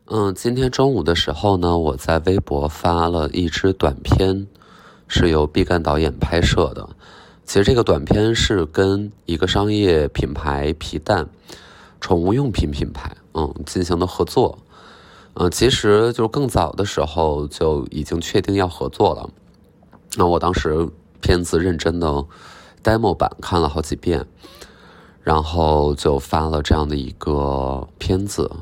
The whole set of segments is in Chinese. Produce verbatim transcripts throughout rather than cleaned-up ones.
嗯，今天中午的时候呢，我在微博发了一支短片，是由毕赣导演拍摄的。其实这个短片是跟一个商业品牌皮蛋宠物用品品牌嗯进行的合作。嗯，其实就是更早的时候就已经确定要合作了。那我当时片子认真的 demo 版看了好几遍，然后就发了这样的一个片子。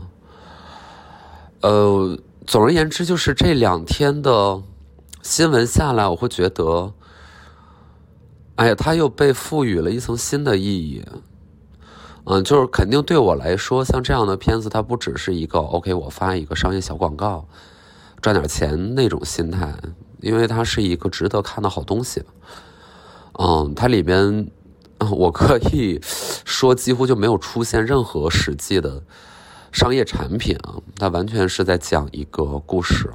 呃，总而言之，就是这两天的新闻下来，我会觉得，哎呀，它又被赋予了一层新的意义。嗯，就是肯定对我来说，像这样的片子，它不只是一个 OK， 我发一个商业小广告，赚点钱那种心态，因为它是一个值得看的好东西。嗯，它里边，我可以说几乎就没有出现任何实际的商业产品啊，它完全是在讲一个故事。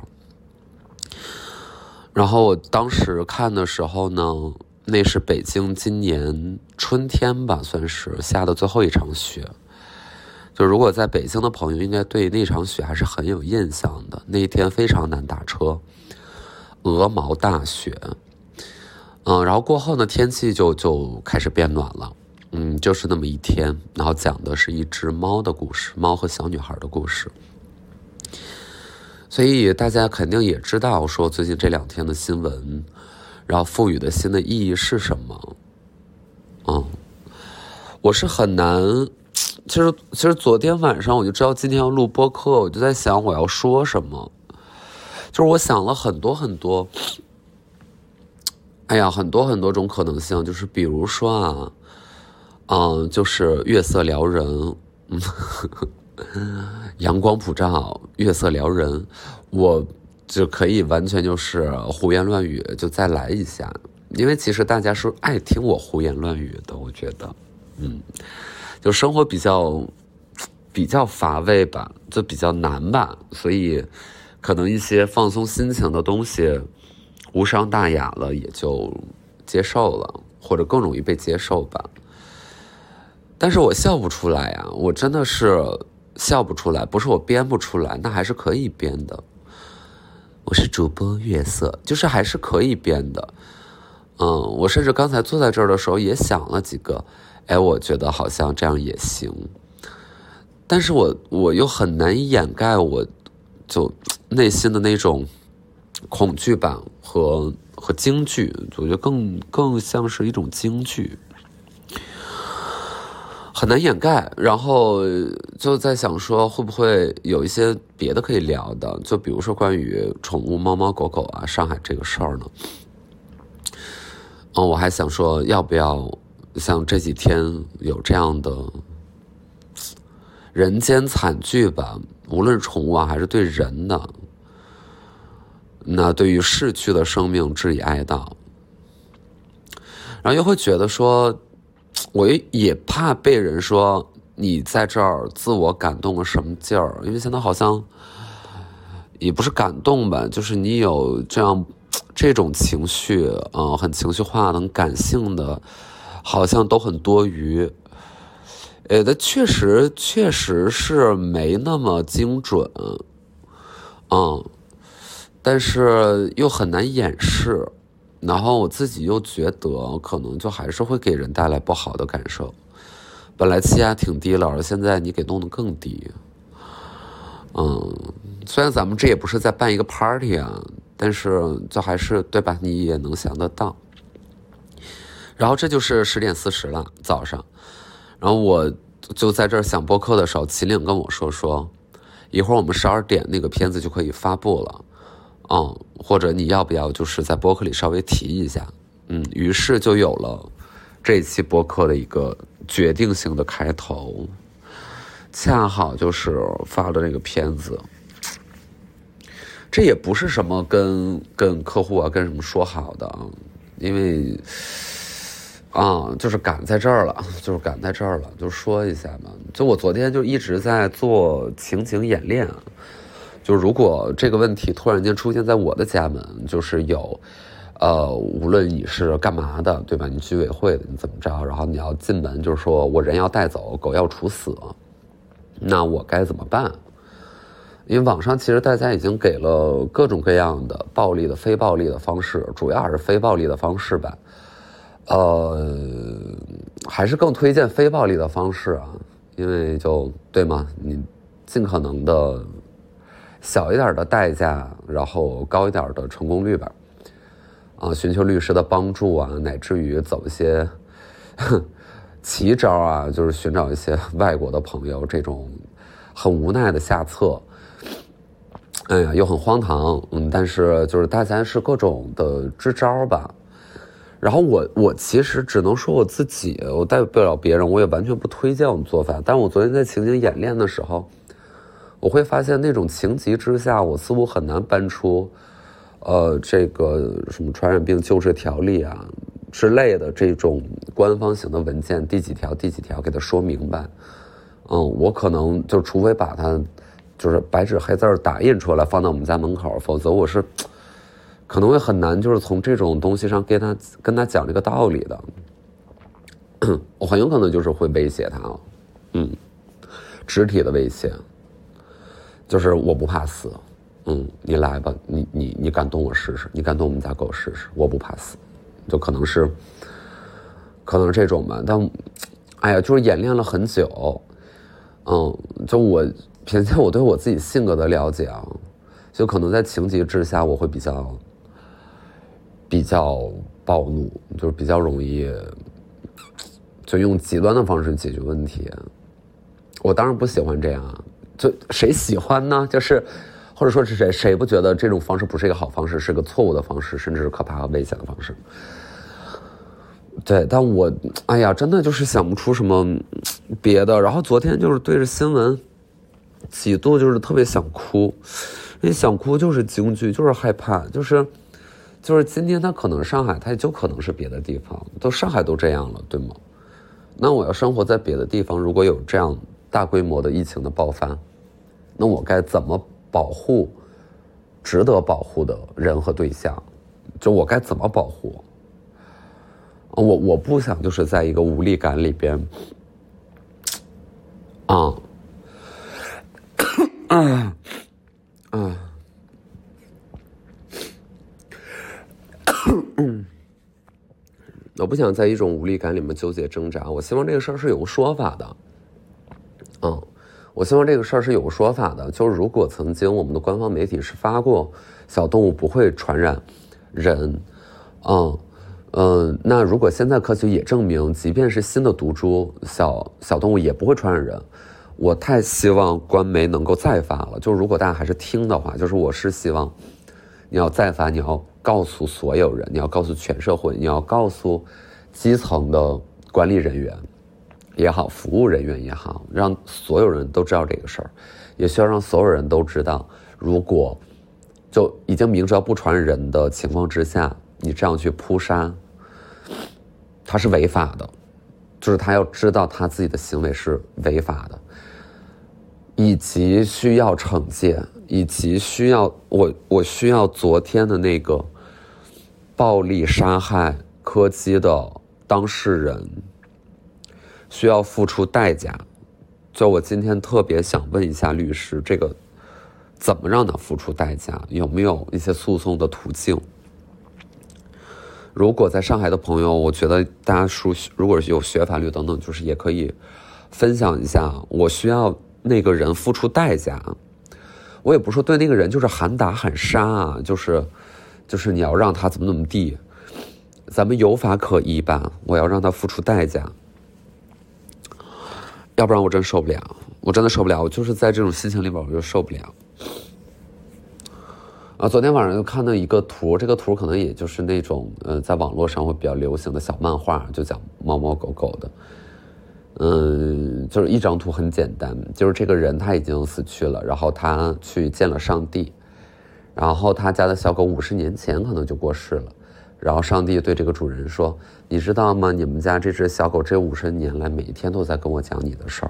然后我当时看的时候呢，那是北京今年春天吧，算是下的最后一场雪。就如果在北京的朋友应该对那场雪还是很有印象的，那一天非常难打车，鹅毛大雪。嗯，然后过后呢，天气就就开始变暖了。嗯，就是那么一天，然后讲的是一只猫的故事，猫和小女孩的故事。所以大家肯定也知道说最近这两天的新闻，然后赋予的新的意义是什么。嗯，我是很难，其实其实昨天晚上我就知道今天要录播客，我就在想我要说什么，就是我想了很多很多，哎呀，很多很多种可能性，就是比如说啊。嗯，就是月色撩人，阳光普照，月色撩人，我就可以完全就是胡言乱语，就再来一下，因为其实大家是爱听我胡言乱语的，我觉得，嗯，就生活比较比较乏味吧，就比较难吧，所以可能一些放松心情的东西，无伤大雅了，也就接受了，或者更容易被接受吧。但是我笑不出来呀、啊，我真的是笑不出来，不是我编不出来，那还是可以编的。我是主播月色，就是还是可以编的。嗯，我甚至刚才坐在这儿的时候也想了几个，哎，我觉得好像这样也行。但是我我又很难以掩盖我就内心的那种恐惧感和和惊惧，我觉得更更像是一种惊惧。很难掩盖，然后就在想说会不会有一些别的可以聊的，就比如说关于宠物猫猫狗狗啊上海这个事儿呢。嗯，我还想说要不要像这几天有这样的人间惨剧吧，无论宠物啊还是对人的，那对于逝去的生命致以哀悼，然后又会觉得说我也怕被人说你在这儿自我感动了什么劲儿，因为现在好像也不是感动吧，就是你有这样这种情绪，嗯，很情绪化的、很感性的，好像都很多余。呃，它确实确实是没那么精准，嗯，但是又很难掩饰。然后我自己又觉得可能就还是会给人带来不好的感受，本来气压挺低了，现在你给弄得更低。嗯，虽然咱们这也不是在办一个 party 啊，但是就还是对吧，你也能想得到。然后这就是十点四十了早上，然后我就在这儿想播客的时候，秦岭跟我说说一会儿我们十二点那个片子就可以发布了。嗯，或者你要不要就是在播客里稍微提一下，嗯，于是就有了这一期播客的一个决定性的开头，恰好就是发了那个片子。这也不是什么跟跟客户啊跟什么说好的，因为啊，就是赶在这儿了，就是赶在这儿了，就说一下嘛。就我昨天就一直在做情景演练。就如果这个问题突然间出现在我的家门，就是有，呃，无论你是干嘛的，对吧？你居委会的，你怎么着？然后你要进门，就是说我人要带走，狗要处死，那我该怎么办？ 因为网上其实大家已经给了各种各样的暴力的、非暴力的方式，主要还是非暴力的方式吧。呃，还是更推荐非暴力的方式啊，因为就对吗？你尽可能的小一点的代价，然后高一点的成功率吧。啊，寻求律师的帮助啊，乃至于走一些奇招啊，就是寻找一些外国的朋友，这种很无奈的下策。哎呀，又很荒唐，嗯，但是就是大家是各种的支招吧。然后我我其实只能说我自己，我代表不了别人，我也完全不推荐我们做法。但我昨天在情景演练的时候，我会发现那种情急之下，我似乎很难搬出，呃，这个什么传染病救治条例啊之类的这种官方型的文件，第几条第几条给它说明白。嗯，我可能就除非把它就是白纸黑字打印出来放到我们家门口，否则我是可能会很难，就是从这种东西上跟他跟他讲这个道理的。我很有可能就是会威胁他，嗯，肢体的威胁，就是我不怕死，嗯，你来吧，你你你敢动我试试，你敢动我们家狗试试，我不怕死，就可能是可能是这种吧。但哎呀，就是演练了很久，嗯，就我凭借我对我自己性格的了解啊，就可能在情急之下我会比较比较暴怒，就是比较容易就用极端的方式解决问题。我当然不喜欢这样，就谁喜欢呢？就是或者说是谁谁不觉得这种方式不是一个好方式，是个错误的方式，甚至是可怕和危险的方式。对，但我哎呀真的就是想不出什么别的。然后昨天就是对着新闻几度就是特别想哭，因为想哭就是惊惧，就是害怕，就是就是今天它可能上海，它也就可能是别的地方，都上海都这样了，对吗？那我要生活在别的地方，如果有这样大规模的疫情的爆发，那我该怎么保护值得保护的人和对象？就我该怎么保护？我我不想就是在一个无力感里边，啊，啊，啊，嗯，我不想在一种无力感里面纠结挣扎。我希望这个事儿是有个说法的，嗯，我希望这个事儿是有个说法的。就是如果曾经我们的官方媒体是发过小动物不会传染人，嗯。嗯，那如果现在科学也证明，即便是新的毒株，小小动物也不会传染人，我太希望官媒能够再发了。就是如果大家还是听的话，就是我是希望你要再发，你要告诉所有人，你要告诉全社会，你要告诉基层的管理人员也好，服务人员也好，让所有人都知道这个事儿，也需要让所有人都知道，如果就已经明知道不传染人的情况之下，你这样去扑杀，他是违法的，就是他要知道他自己的行为是违法的，以及需要惩戒，以及需要我我需要昨天的那个暴力杀害柯基的当事人需要付出代价。就我今天特别想问一下律师，这个怎么让他付出代价？有没有一些诉讼的途径？如果在上海的朋友，我觉得大家熟悉，如果有学法律等等，就是也可以分享一下。我需要那个人付出代价，我也不说对那个人就是喊打喊杀啊，就是就是你要让他怎么怎么地，咱们有法可依吧。我要让他付出代价，要不然我真受不了，我真的受不了。我就是在这种心情里边，我就受不了。啊，昨天晚上又看到一个图，这个图可能也就是那种呃，在网络上会比较流行的小漫画，就讲猫猫狗狗的。嗯，就是一张图很简单，就是这个人他已经死去了，然后他去见了上帝，然后他家的小狗五十年前可能就过世了，然后上帝对这个主人说：“你知道吗？你们家这只小狗这五十年来每天都在跟我讲你的事儿。”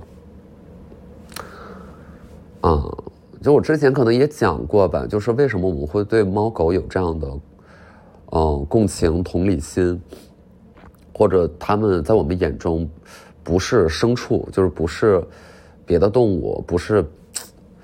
嗯。就我之前可能也讲过吧，就是为什么我们会对猫狗有这样的，嗯，共情、同理心，或者他们在我们眼中不是牲畜，就是不是别的动物，不是，就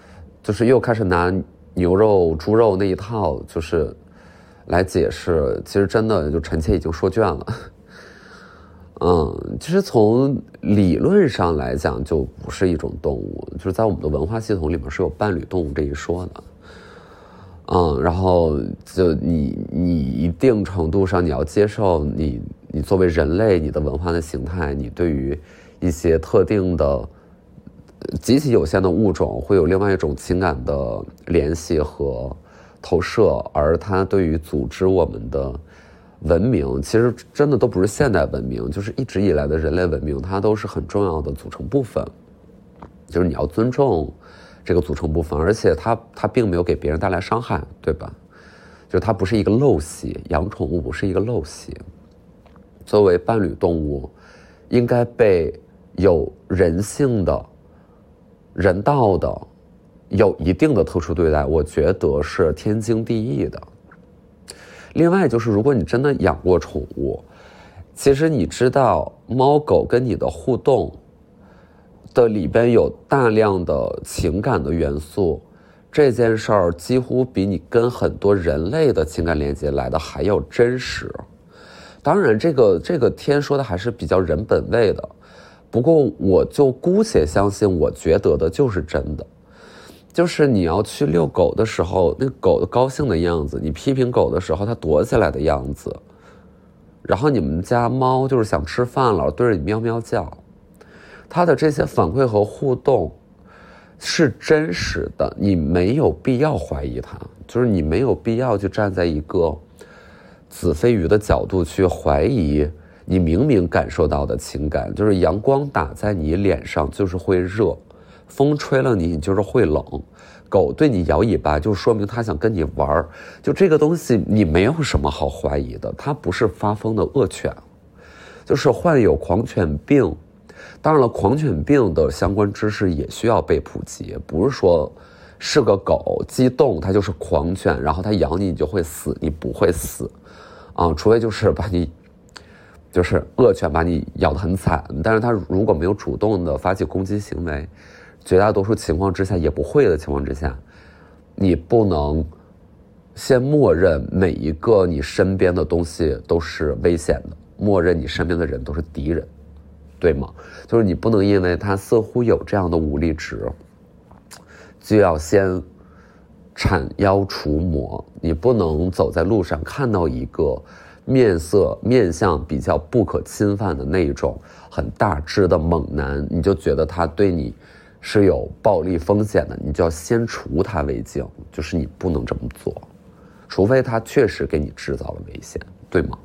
就是又开始拿牛肉、猪肉那一套，就是来解释。其实真的就臣妾已经说倦了。嗯，其实从理论上来讲，就不是一种动物，就是在我们的文化系统里面是有伴侣动物这一说的。嗯，然后就你你一定程度上你要接受你你作为人类你的文化的形态，你对于一些特定的极其有限的物种会有另外一种情感的联系和投射，而它对于组织我们的文明，其实真的都不是现代文明，就是一直以来的人类文明，它都是很重要的组成部分。就是你要尊重这个组成部分，而且它它并没有给别人带来伤害，对吧？就它不是一个陋习，养宠物不是一个陋习。作为伴侣动物，应该被有人性的、人道的、有一定的特殊对待，我觉得是天经地义的。另外就是，如果你真的养过宠物，其实你知道猫狗跟你的互动的里边有大量的情感的元素，这件事儿几乎比你跟很多人类的情感连接来的还要真实。当然这个这个天说的还是比较人本位的，不过我就姑且相信我觉得的就是真的。就是你要去遛狗的时候，那狗的高兴的样子，你批评狗的时候它躲起来的样子，然后你们家猫就是想吃饭了对着你喵喵叫，它的这些反馈和互动是真实的，你没有必要怀疑它，就是你没有必要去站在一个子非鱼的角度去怀疑你明明感受到的情感。就是阳光打在你脸上就是会热，风吹了你你就是会冷，狗对你摇尾巴就说明它想跟你玩，就这个东西你没有什么好怀疑的，它不是发疯的恶犬，就是患有狂犬病。当然了，狂犬病的相关知识也需要被普及，不是说是个狗激动它就是狂犬，然后它咬你你就会死，你不会死啊，除非就是把你就是恶犬把你咬得很惨，但是它如果没有主动的发起攻击行为，绝大多数情况之下也不会的情况之下，你不能先默认每一个你身边的东西都是危险的，默认你身边的人都是敌人，对吗？就是你不能因为他似乎有这样的武力值就要先铲妖除魔，你不能走在路上看到一个面色面相比较不可侵犯的那种很大只的猛男，你就觉得他对你是有暴力风险的，你就要先除他为敬，就是你不能这么做，除非他确实给你制造了危险，对吗？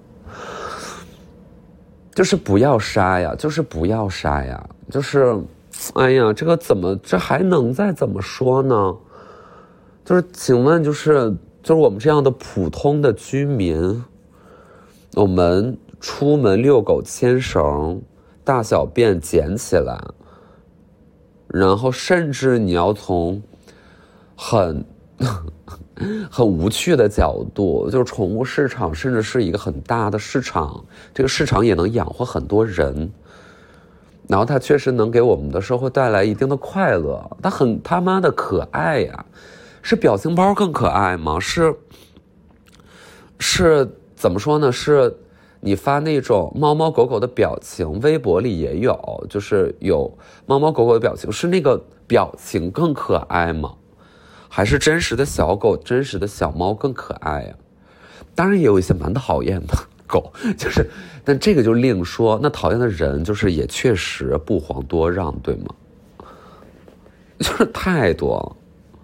就是不要杀呀，就是不要杀呀，就是哎呀，这个怎么这还能再怎么说呢？就是请问就是就是我们这样的普通的居民，我们出门遛狗牵绳，大小便捡起来，然后甚至你要从很很无趣的角度，就是宠物市场甚至是一个很大的市场，这个市场也能养活很多人，然后它确实能给我们的社会带来一定的快乐，它很他妈的可爱呀。是表情包更可爱吗？是是怎么说呢？是你发那种猫猫狗狗的表情，微博里也有，就是有猫猫狗狗的表情，是那个表情更可爱吗？还是真实的小狗、真实的小猫更可爱呀？当然也有一些蛮讨厌的狗，就是，但这个就另说。那讨厌的人，就是也确实不遑多让，对吗？就是太多了。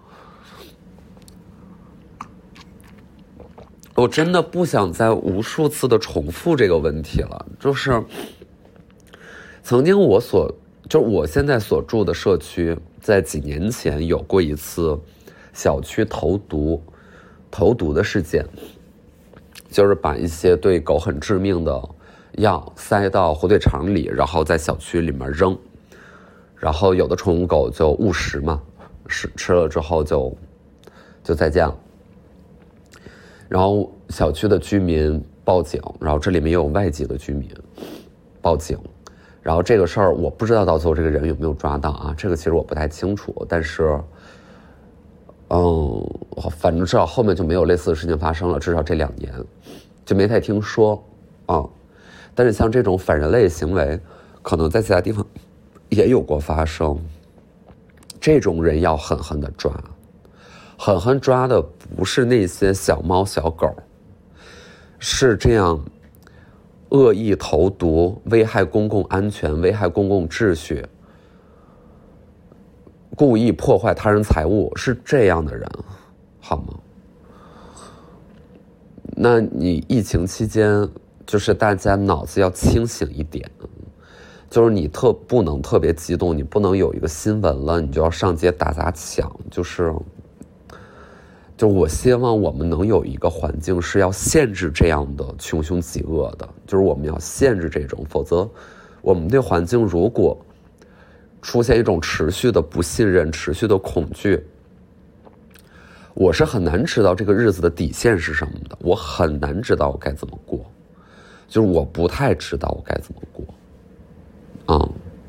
我真的不想再无数次的重复这个问题了。就是曾经我所，就是我现在所住的社区，在几年前有过一次小区投毒投毒的事件，就是把一些对狗很致命的药塞到火腿肠里，然后在小区里面扔，然后有的宠物狗就误食嘛，吃吃了之后就就再见了。然后小区的居民报警，然后这里面也有外籍的居民报警，然后这个事儿我不知道到最后这个人有没有抓到啊，这个其实我不太清楚，但是嗯，反正至少后面就没有类似的事情发生了，至少这两年就没太听说啊。但是像这种反人类行为，可能在其他地方也有过发生。这种人要狠狠的抓，狠狠抓的不是那些小猫小狗，是这样恶意投毒、危害公共安全、危害公共秩序、故意破坏他人财物，是这样的人，好吗？那你疫情期间，就是大家脑子要清醒一点，就是你特不能特别激动，你不能有一个新闻了，你就要上街打砸抢，就是，就我希望我们能有一个环境是要限制这样的穷凶极恶的，就是我们要限制这种，否则我们对环境如果出现一种持续的不信任、持续的恐惧，我是很难知道这个日子的底线是什么的，我很难知道我该怎么过，就是我不太知道我该怎么过。嗯，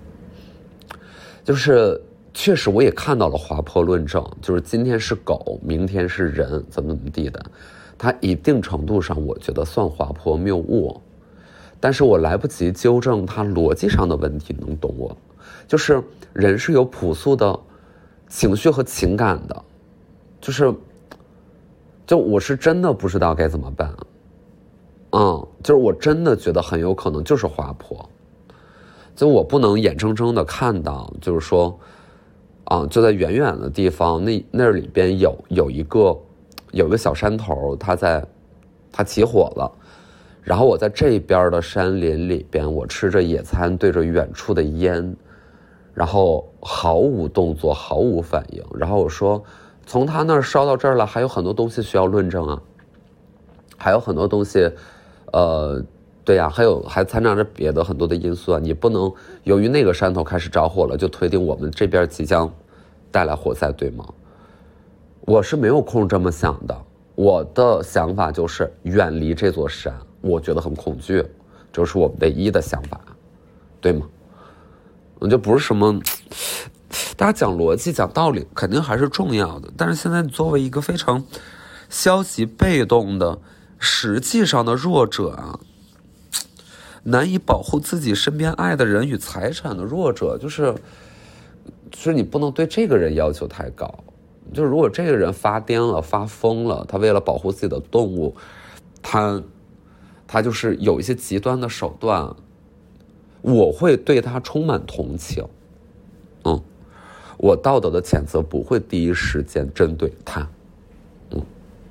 就是确实我也看到了滑坡论证，就是今天是狗，明天是人，怎么怎么地的，它一定程度上我觉得算滑坡谬误，但是我来不及纠正它逻辑上的问题，能懂我？就是人是有朴素的情绪和情感的，就是就我是真的不知道该怎么办，嗯，就是我真的觉得很有可能就是滑坡。就我不能眼睁睁的看到，就是说，啊，就在远远的地方，那那里边有有一个有一个小山头，它在它起火了，然后我在这边的山林里边，我吃着野餐，对着远处的烟，然后毫无动作，毫无反应。然后我说，从他那儿烧到这儿了，还有很多东西需要论证啊，还有很多东西，呃。对呀、啊，还有还掺杂着别的很多的因素啊！你不能由于那个山头开始着火了，就推定我们这边即将带来火灾，对吗？我是没有空这么想的，我的想法就是远离这座山，我觉得很恐惧，这是我唯一的想法，对吗？我就不是什么，大家讲逻辑、讲道理肯定还是重要的，但是现在作为一个非常消极被动的实际上的弱者啊。难以保护自己身边爱的人与财产的弱者，就是就是你不能对这个人要求太高，就是如果这个人发癫了发疯了，他为了保护自己的动物，他他就是有一些极端的手段，我会对他充满同情，嗯，我道德的谴责不会第一时间针对他，嗯，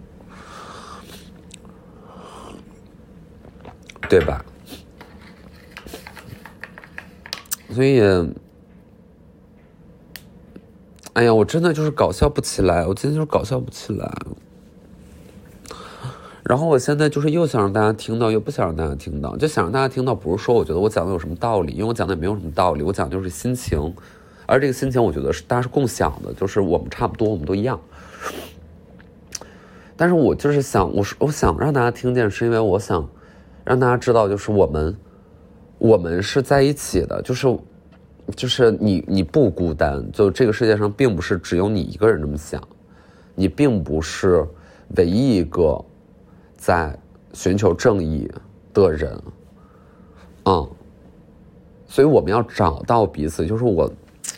对吧？所以，哎呀，我真的就是搞笑不起来，我今天就是搞笑不起来。然后我现在就是又想让大家听到，又不想让大家听到，就想让大家听到，不是说我觉得我讲的有什么道理，因为我讲的也没有什么道理，我讲的就是心情，而这个心情我觉得是大家是共享的，就是我们差不多，我们都一样。但是我就是想，我是我想让大家听见，是因为我想让大家知道，就是我们。我们是在一起的，就是就是你你不孤单，就这个世界上并不是只有你一个人这么想，你并不是唯一一个在寻求正义的人，嗯，所以我们要找到彼此。就是我，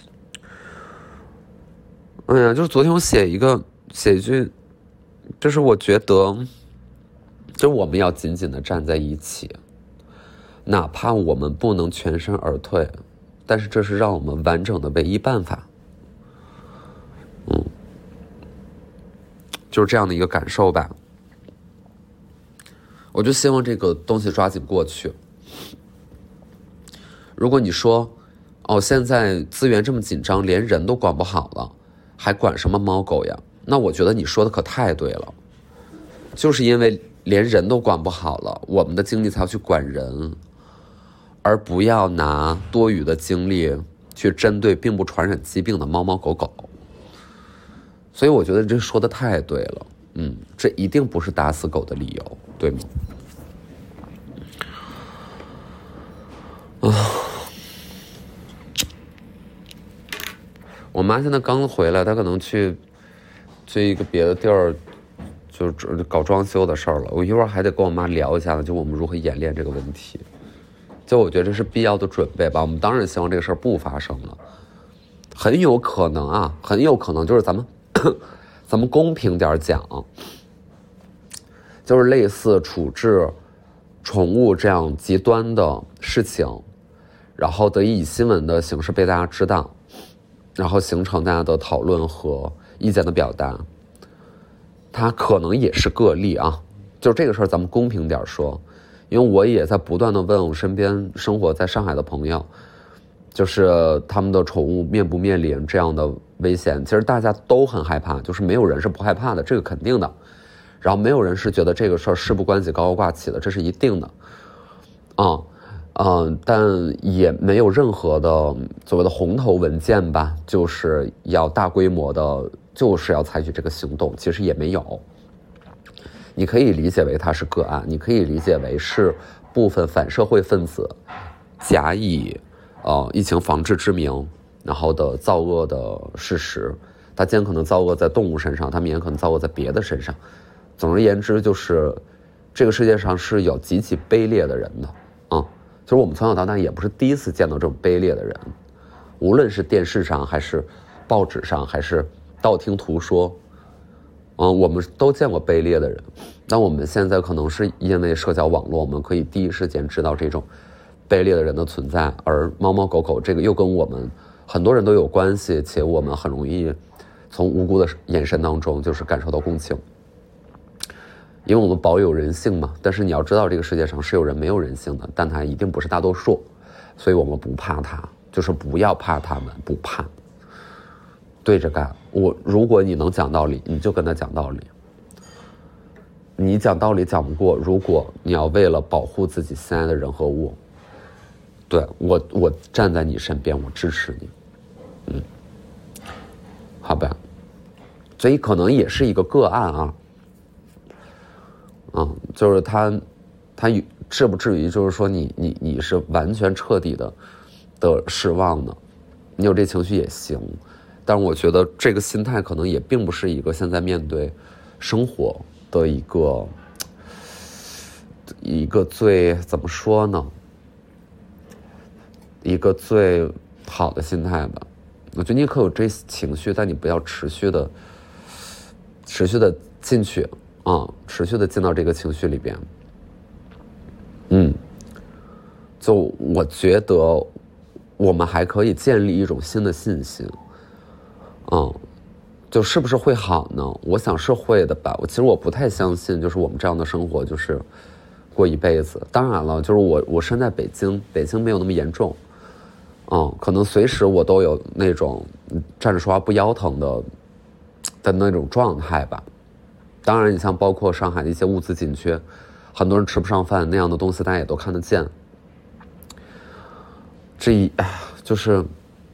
哎呀，就是昨天我写一个写一句，就是我觉得，就是我们要紧紧的站在一起。哪怕我们不能全身而退，但是这是让我们完整的唯一办法。嗯，就是这样的一个感受吧。我就希望这个东西抓紧过去。如果你说，哦，现在资源这么紧张，连人都管不好了，还管什么猫狗呀？那我觉得你说的可太对了，就是因为连人都管不好了，我们的精力才要去管人。而不要拿多余的精力去针对并不传染疾病的猫猫狗狗，所以我觉得这说的太对了，嗯，这一定不是打死狗的理由，对吗？啊，我妈现在刚回来，她可能去就一个别的地儿就搞装修的事儿了，我一会儿还得跟我妈聊一下呢，就我们如何演练这个问题。就我觉得这是必要的准备吧，我们当然希望这个事儿不发生了。很有可能啊，很有可能就是咱们咱们公平点讲，就是类似处置宠物这样极端的事情，然后得以新闻的形式被大家知道，然后形成大家的讨论和意见的表达，它可能也是个例啊。就是这个事儿咱们公平点说，因为我也在不断的问我身边生活在上海的朋友，就是他们的宠物面不面临这样的危险，其实大家都很害怕，就是没有人是不害怕的，这个肯定的。然后没有人是觉得这个事儿事不关己高高挂起的，这是一定的。啊、嗯，嗯、呃，但也没有任何的所谓的红头文件吧，就是要大规模的，就是要采取这个行动，其实也没有。你可以理解为它是个案，你可以理解为是部分反社会分子假以呃疫情防治之名，然后的造恶的事实。他今天可能造恶在动物身上，他明天可能造恶在别的身上。总而言之，就是这个世界上是有极其卑劣的人的啊、嗯！就是我们从小到大也不是第一次见到这种卑劣的人，无论是电视上还是报纸上还是道听途说，嗯，我们都见过卑劣的人。但我们现在可能是因为社交网络，我们可以第一时间知道这种卑劣的人的存在，而猫猫狗狗这个又跟我们很多人都有关系，且我们很容易从无辜的眼神当中就是感受到共情。因为我们保有人性嘛，但是你要知道这个世界上是有人没有人性的，但他一定不是大多数，所以我们不怕他，就是不要怕他们，不怕，对着干。我如果你能讲道理，你就跟他讲道理，你讲道理讲不过，如果你要为了保护自己心爱的人和物，对，我我站在你身边，我支持你，嗯，好吧，所以可能也是一个个案啊。嗯，就是他，他至不至于就是说你你你是完全彻底的的失望的，你有这情绪也行，但是我觉得这个心态可能也并不是一个现在面对生活的一个一个最怎么说呢，一个最好的心态吧。我觉得你可以有这情绪，但你不要持续的持续的进去。啊、嗯，持续的进到这个情绪里边，嗯，就我觉得我们还可以建立一种新的信心，嗯，就是不是会好呢？我想是会的吧。我其实我不太相信，就是我们这样的生活就是过一辈子。当然了，就是我我身在北京，北京没有那么严重，嗯，可能随时我都有那种站着说话不腰疼的的那种状态吧。当然，你像包括上海的一些物资紧缺，很多人吃不上饭那样的东西，大家也都看得见。这一，就是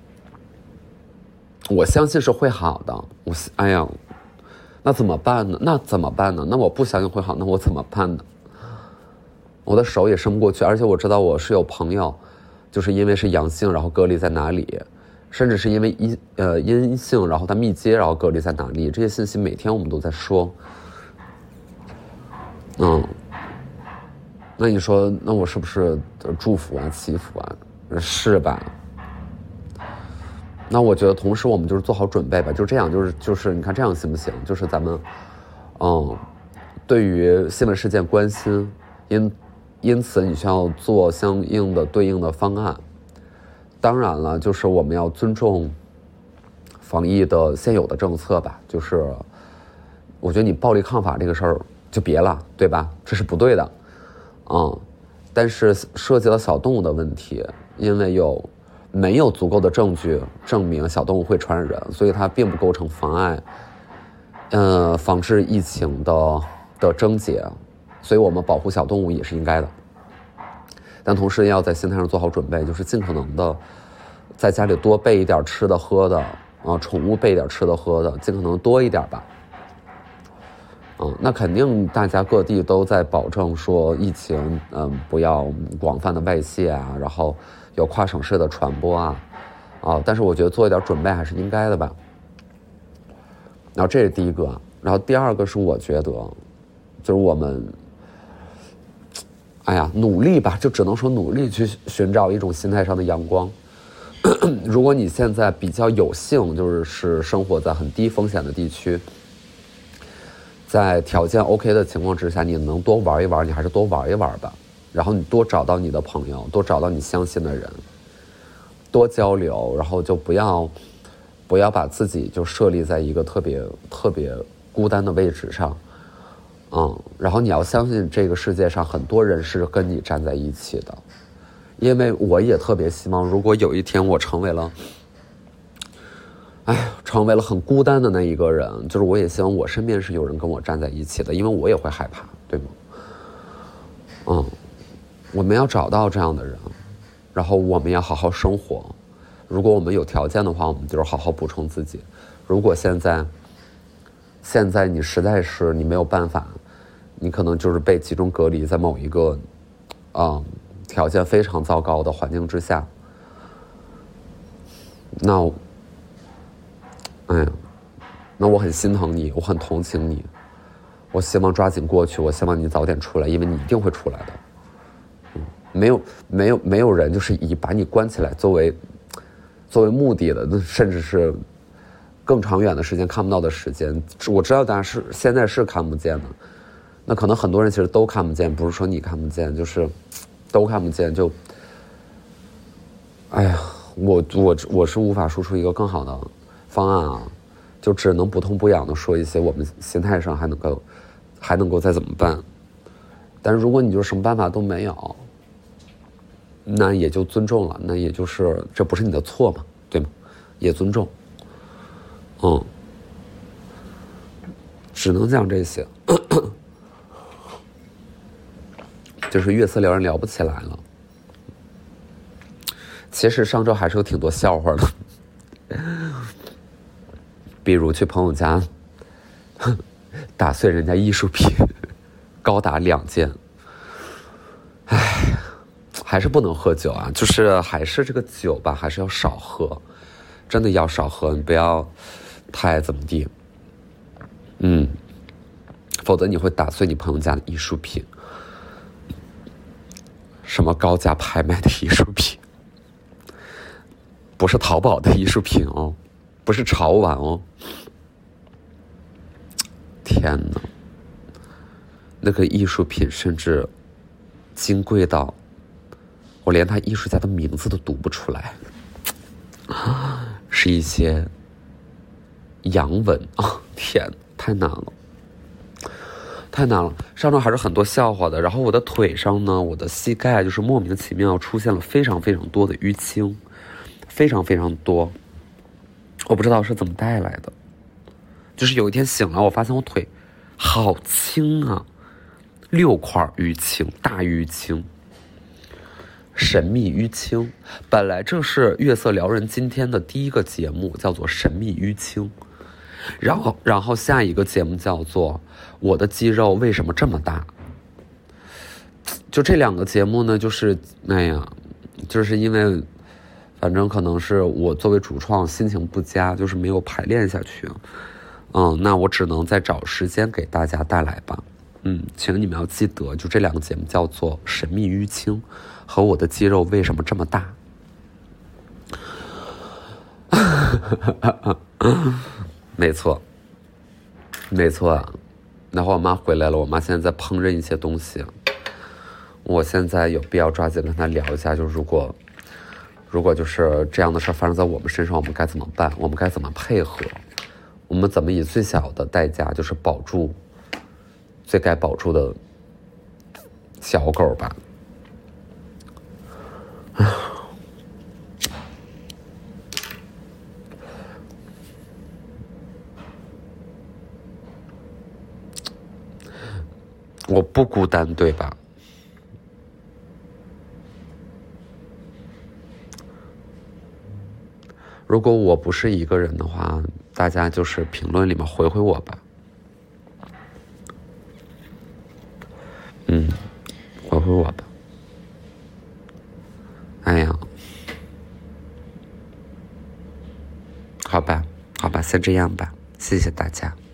我相信是会好的。我哎呀，那怎么办呢？那怎么办呢？那我不相信会好，那我怎么办呢？我的手也伸不过去，而且我知道我是有朋友，就是因为是阳性，然后隔离在哪里，甚至是因为阴呃阴性，然后他密接，然后隔离在哪里，这些信息每天我们都在说。嗯，那你说，那我是不是祝福啊、祈福啊？是吧？那我觉得，同时我们就是做好准备吧，就这样，就是就是，你看这样行不行？就是咱们，嗯，对于新闻事件关心，因因此你需要做相应的对应的方案。当然了，就是我们要尊重防疫的现有的政策吧，就是我觉得你暴力抗法这个事儿。就别了，对吧？这是不对的，嗯。但是涉及到小动物的问题，因为有没有足够的证据证明小动物会传染人，所以它并不构成妨碍，呃，防治疫情的的症结。所以我们保护小动物也是应该的，但同时要在心态上做好准备，就是尽可能的在家里多备一点吃的喝的，啊，宠物备一点吃的喝的，尽可能多一点吧。嗯，那肯定大家各地都在保证说疫情，嗯，不要广泛的外泄啊，然后有跨省市的传播啊，啊，但是我觉得做一点准备还是应该的吧。 然后这是第一个，然后第二个是我觉得，就是我们，哎呀，努力吧，就只能说努力去寻找一种心态上的阳光。如果你现在比较有幸，就是是生活在很低风险的地区，在条件 OK 的情况之下，你能多玩一玩，你还是多玩一玩吧。然后你多找到你的朋友，多找到你相信的人，多交流，然后就不要不要把自己就设立在一个特别特别孤单的位置上，嗯，然后你要相信这个世界上很多人是跟你站在一起的。因为我也特别希望，如果有一天我成为了，哎，成为了很孤单的那一个人，就是我也希望我身边是有人跟我站在一起的，因为我也会害怕，对吗？嗯，我们要找到这样的人，然后我们要好好生活。如果我们有条件的话，我们就是好好补充自己。如果现在，现在你实在是你没有办法，你可能就是被集中隔离在某一个，嗯。条件非常糟糕的环境之下，那我，哎呀，那我很心疼你，我很同情你，我希望抓紧过去，我希望你早点出来，因为你一定会出来的。嗯，没有没有没有人就是以把你关起来作为作为目的的，甚至是更长远的时间看不到的时间。我知道大家是现在是看不见的，那可能很多人其实都看不见，不是说你看不见，就是。都看不见，就，哎呀，我我我是无法说出一个更好的方案啊，就只能不痛不痒的说一些我们心态上还能够还能够再怎么办。但是如果你就什么办法都没有，那也就尊重了，那也就是这不是你的错嘛，对吗？也尊重，嗯，只能讲这些。就是月色撩人聊不起来了。其实上周还是有挺多笑话的，比如去朋友家打碎人家艺术品，高达两件。唉，还是不能喝酒啊，就是还是这个酒吧还是要少喝，真的要少喝，你不要太怎么地，嗯，否则你会打碎你朋友家的艺术品。什么高价拍卖的艺术品，不是淘宝的艺术品哦，不是潮玩哦。天哪，那个艺术品甚至金贵到我连他艺术家的名字都读不出来，是一些洋文啊、哦！天，太难了。太难了，上周还是很多笑话的。然后我的腿上呢，我的膝盖就是莫名其妙出现了非常非常多的淤青，非常非常多，我不知道是怎么带来的。就是有一天醒了，我发现我腿好轻啊，六块淤青，大淤青，神秘淤青。本来这是月色撩人今天的第一个节目，叫做神秘淤青。然后，然后下一个节目叫做“我的肌肉为什么这么大”。就这两个节目呢，就是哎呀，就是因为，反正可能是我作为主创心情不佳，就是没有排练下去。嗯，那我只能再找时间给大家带来吧。嗯，请你们要记得，就这两个节目叫做《神秘淤青》和《我的肌肉为什么这么大》。没错，没错。然后我妈回来了，我妈现在在烹饪一些东西。我现在有必要抓紧跟她聊一下，就是如果，如果就是这样的事发生在我们身上，我们该怎么办？我们该怎么配合？我们怎么以最小的代价，就是保住最该保住的小狗吧？我不孤单，对吧？如果我不是一个人的话，大家就是评论里面回回我吧。嗯，回回我吧。哎呀，好吧，好吧，先这样吧，谢谢。 谢谢大家。